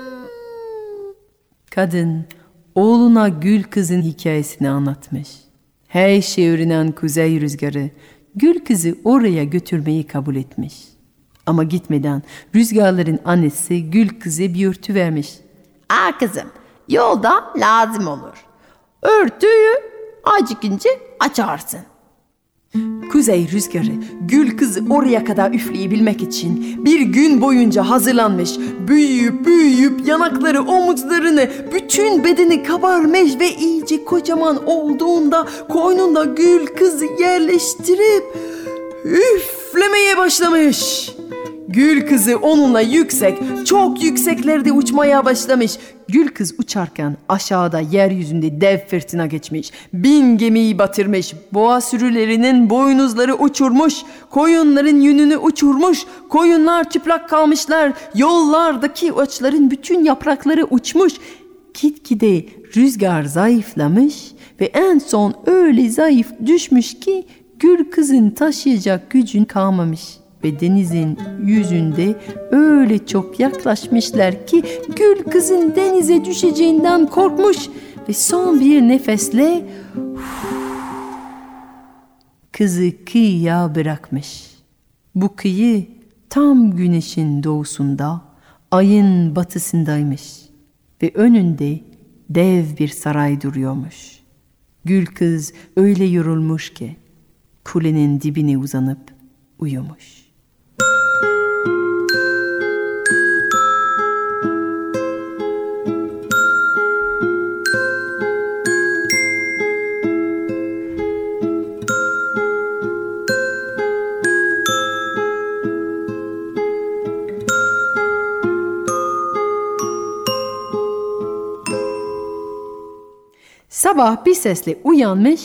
Kadın oğluna Gül kızın hikayesini anlatmış. Her şey öğrenen Kuzey Rüzgarı Gül kızı oraya götürmeyi kabul etmiş. Ama gitmeden rüzgarların annesi Gül kızı bir örtü vermiş. Kızım, yolda lazım olur. Örtüyü acıkınca açarsın. Kuzey rüzgarı gül kızı oraya kadar üfleyebilmek için bir gün boyunca hazırlanmış. Büyüyüp yanakları, omuzlarını, bütün bedeni kabarmış ve iyice kocaman olduğunda koynunda gül kızı yerleştirip üflemeye başlamış. Gül kızı onunla çok yükseklerde uçmaya başlamış. Gül kız uçarken aşağıda yeryüzünde dev fırtına geçmiş. 1000 gemiyi batırmış. Boğa sürülerinin boynuzları uçurmuş. Koyunların yününü uçurmuş. Koyunlar çıplak kalmışlar. Yollardaki ağaçların bütün yaprakları uçmuş. Gitgide rüzgar zayıflamış ve en son öyle zayıf düşmüş ki Gül kızın taşıyacak gücün kalmamış. Ve denizin yüzünde öyle çok yaklaşmışlar ki Gül kızın denize düşeceğinden korkmuş ve son bir nefesle kızı kıyıya bırakmış. Bu kıyı tam güneşin doğusunda, ayın batısındaymış ve önünde dev bir saray duruyormuş. Gül kız öyle yorulmuş ki kulenin dibine uzanıp uyumuş. Sabah bir sesle uyanmış.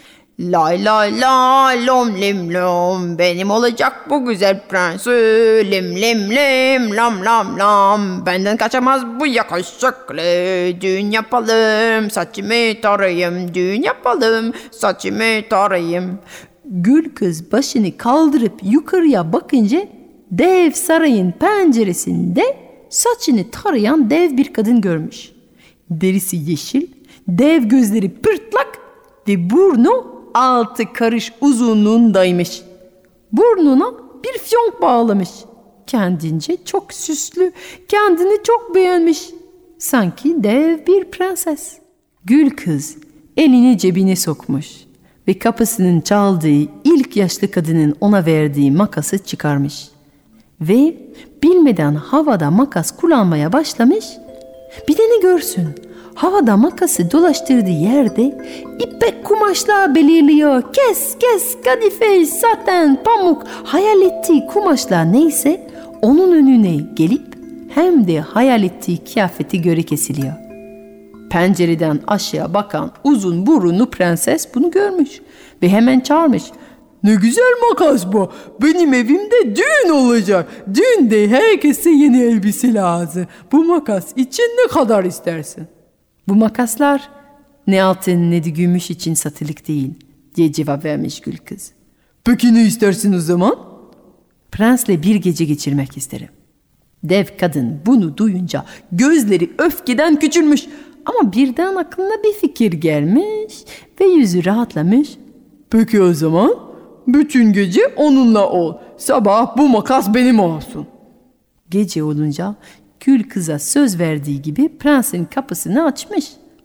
Lay lay lay lom lim lom, benim olacak bu güzel prensim. Lim lim lim lam lam lam, benden kaçamaz bu yakışıklı. Düğün yapalım, saçımı tarayayım. Düğün yapalım, saçımı tarayayım. Gül kız başını kaldırıp yukarıya bakınca dev sarayın penceresinde saçını tarayan dev bir kadın görmüş. Derisi yeşil, dev gözleri pırtlak ve burnu 6 karış uzunluğundaymış. Burnuna bir fiyonk bağlamış. Kendince çok süslü, kendini çok beğenmiş. Sanki dev bir prenses. Gül kız elini cebine sokmuş ve kapısının çaldığı ilk yaşlı kadının ona verdiği makası çıkarmış. Ve bilmeden havada makas kullanmaya başlamış. Bir de ne görsün? Havada makası dolaştırdığı yerde ipek kumaşlar belirliyor. Kes, kadife, saten, pamuk, hayal ettiği kumaşlar neyse onun önüne gelip hem de hayal ettiği kıyafeti göre kesiliyor. Pencereden aşağı bakan uzun burunlu prenses bunu görmüş ve hemen çağırmış. Ne güzel makas bu. Benim evimde düğün olacak. Düğünde herkese yeni elbise lazım. Bu makas için ne kadar istersin? Bu makaslar ne altın ne de gümüş için satılık değil diye cevap vermiş Gül kız. Peki ne istersin o zaman? Prensle bir gece geçirmek isterim. Dev kadın bunu duyunca gözleri öfkeden küçülmüş. Ama birden aklına bir fikir gelmiş ve yüzü rahatlamış. Peki o zaman bütün gece onunla ol. Sabah bu makas benim olsun. Gece olunca Gül kıza söz verdiği gibi prensin kapısını açmış.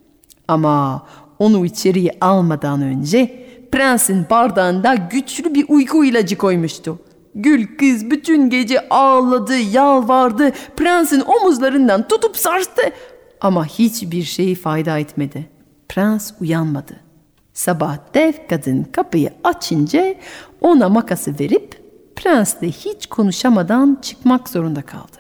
Ama onu içeriye almadan önce prensin bardağında güçlü bir uyku ilacı koymuştu. Gül kız bütün gece ağladı, yalvardı, prensin omuzlarından tutup sarstı. Ama hiçbir şey fayda etmedi. Prens uyanmadı. Sabah dev kadın kapıyı açınca ona makası verip prensle hiç konuşamadan çıkmak zorunda kaldı.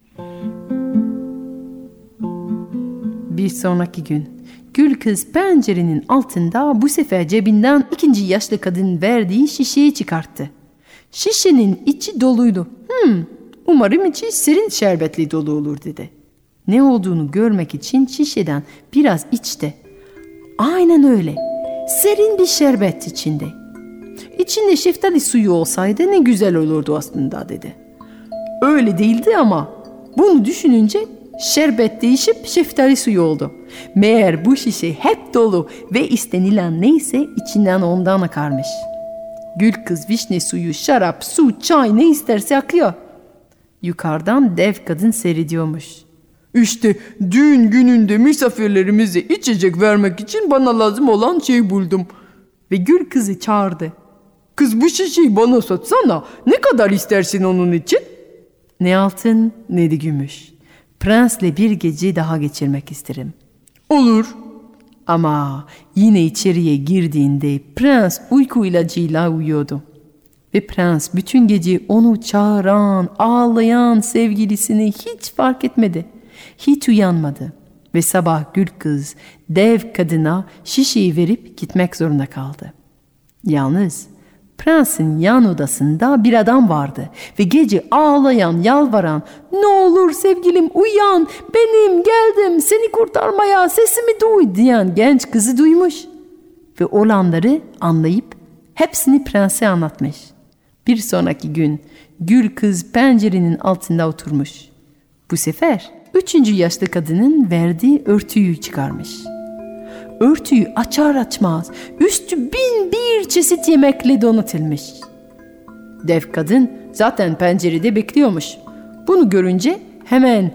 Bir sonraki gün Gül kız pencerenin altında bu sefer cebinden ikinci yaşlı kadın verdiği şişeyi çıkarttı. Şişenin içi doluydu. Umarım içi serin şerbetli dolu olur dedi. Ne olduğunu görmek için şişeden biraz içti. Aynen öyle. Serin bir şerbet içinde. İçinde şeftali suyu olsaydı ne güzel olurdu aslında dedi. Öyle değildi ama bunu düşününce şerbet değişip şeftali suyu oldu. Meğer bu şişe hep dolu ve istenilen neyse içinden ondan akarmış. Gül kız vişne suyu, şarap, su, çay ne isterse akıyor. Yukarıdan dev kadın seyrediyormuş. İşte düğün gününde misafirlerimize içecek vermek için bana lazım olan şeyi buldum. Ve Gül kızı çağırdı. Kız bu şişeyi bana satsana. Ne kadar istersin onun için? Ne altın ne de gümüş. Prensle bir gece daha geçirmek isterim. Olur. Ama yine içeriye girdiğinde prens uyku ilacıyla uyuyordu. Ve prens bütün gece onu çağıran, ağlayan sevgilisini hiç fark etmedi. Hiç uyanmadı. Ve sabah Gül kız dev kadına şişeyi verip gitmek zorunda kaldı. Yalnız prensin yan odasında bir adam vardı ve gece ağlayan, yalvaran, "Ne olur sevgilim uyan, benim geldim seni kurtarmaya, sesimi duy" diyen genç kızı duymuş. Ve olanları anlayıp hepsini prense anlatmış. Bir sonraki gün Gül kız pencerenin altında oturmuş. Bu sefer 3. yaşlı kadının verdiği örtüyü çıkarmış. Örtüyü açar açmaz üstü 1001 çeşit yemekle donatılmış. Dev kadın zaten pencerede bekliyormuş. Bunu görünce hemen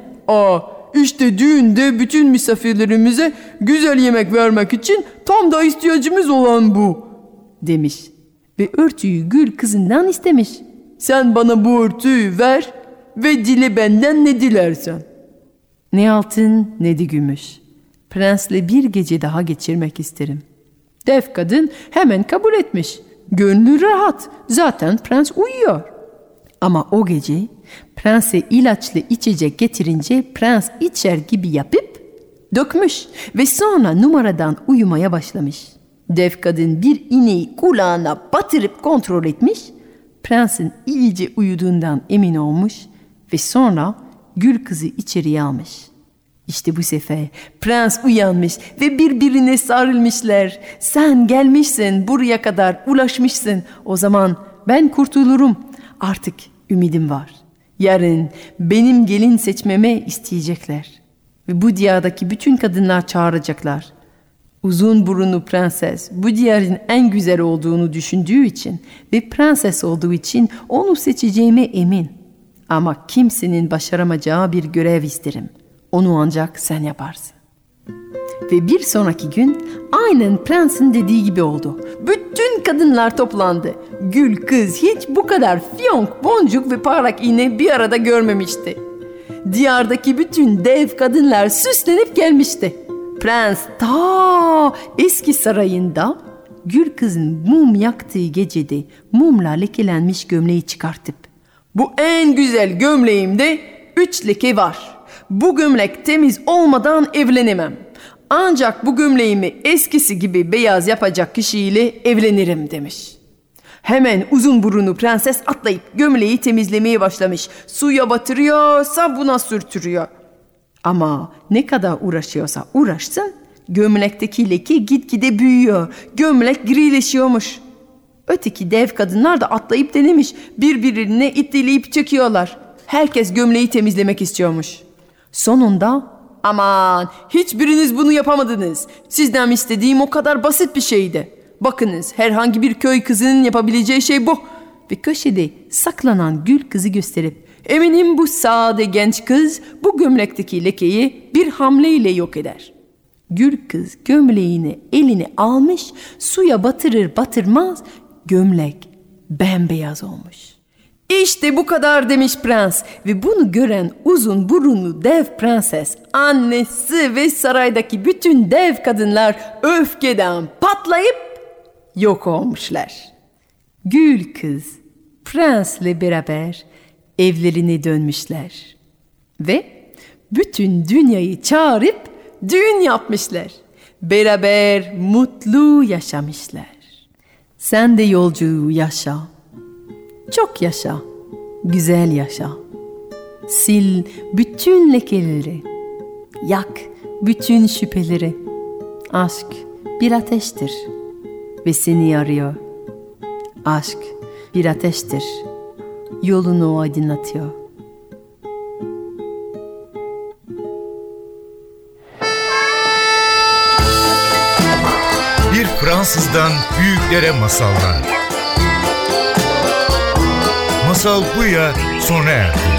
İşte düğünde bütün misafirlerimize güzel yemek vermek için tam da ihtiyacımız olan bu demiş ve örtüyü Gül kızından istemiş. Sen bana bu örtüyü ver ve dile benden ne dilersen. Ne altın ne de gümüş. Prensle bir gece daha geçirmek isterim. Dev kadın hemen kabul etmiş. Gönlü rahat. Zaten prens uyuyor. Ama o gece prense ilaçlı içecek getirince prens içer gibi yapıp dökmüş ve sonra numaradan uyumaya başlamış. Dev kadın bir iğneyi kulağına batırıp kontrol etmiş. Prensin iyice uyuduğundan emin olmuş ve sonra Gül kızı içeriye almış. İşte bu sefer prens uyanmış ve birbirine sarılmışlar. Sen gelmişsin, buraya kadar ulaşmışsın. O zaman ben kurtulurum. Artık ümidim var. Yarın benim gelin seçmeme isteyecekler. Ve bu diyardaki bütün kadınlar çağıracaklar. Uzun burunlu prenses bu diyarın en güzel olduğunu düşündüğü için ve prenses olduğu için onu seçeceğime emin. Ama kimsenin başaramayacağı bir görev isterim. Onu ancak sen yaparsın. Ve bir sonraki gün aynen prensin dediği gibi oldu. Bütün kadınlar toplandı. Gül kız hiç bu kadar fiyonk, boncuk ve parlak iğne bir arada görmemişti. Diyardaki bütün dev kadınlar süslenip gelmişti. Prens ta eski sarayında Gül kızın mum yaktığı gecede mumla lekelenmiş gömleği çıkartıp "Bu en güzel gömleğimde 3 leke var. Bu gömlek temiz olmadan evlenemem. Ancak bu gömleğimi eskisi gibi beyaz yapacak kişiyle evlenirim" demiş. Hemen uzun burunlu prenses atlayıp gömleği temizlemeye başlamış. Suya batırıyor, sabuna sürtürüyor. Ama ne kadar uğraşıyorsa uğraşsın, gömlekteki leke gitgide büyüyor. Gömlek grileşiyormuş. Öteki dev kadınlar da atlayıp denemiş. Birbirine itteleyip çekiyorlar. Herkes gömleği temizlemek istiyormuş. Sonunda "Aman, hiçbiriniz bunu yapamadınız. Sizden istediğim o kadar basit bir şeydi. Bakınız, herhangi bir köy kızının yapabileceği şey bu." Ve köşede saklanan Gül kızı gösterip "Eminim bu sade genç kız bu gömlekteki lekeyi bir hamleyle yok eder." Gül kız gömleğini eline almış, suya batırır batırmaz gömlek bembeyaz olmuş. İşte bu kadar demiş prens ve bunu gören uzun burunlu dev prenses, annesi ve saraydaki bütün dev kadınlar öfkeden patlayıp yok olmuşlar. Gül kız prensle beraber evlerine dönmüşler ve bütün dünyayı çağırıp düğün yapmışlar. Beraber mutlu yaşamışlar. Sen de yolculuğu yaşa. Çok yaşa. Güzel yaşa. Sil bütün lekeleri. Yak bütün şüpheleri. Aşk bir ateştir ve seni arıyor. Aşk bir ateştir. Yolunu aydınlatıyor. Bir Fransızdan büyüklere masallar. Masal Buya sona erdi.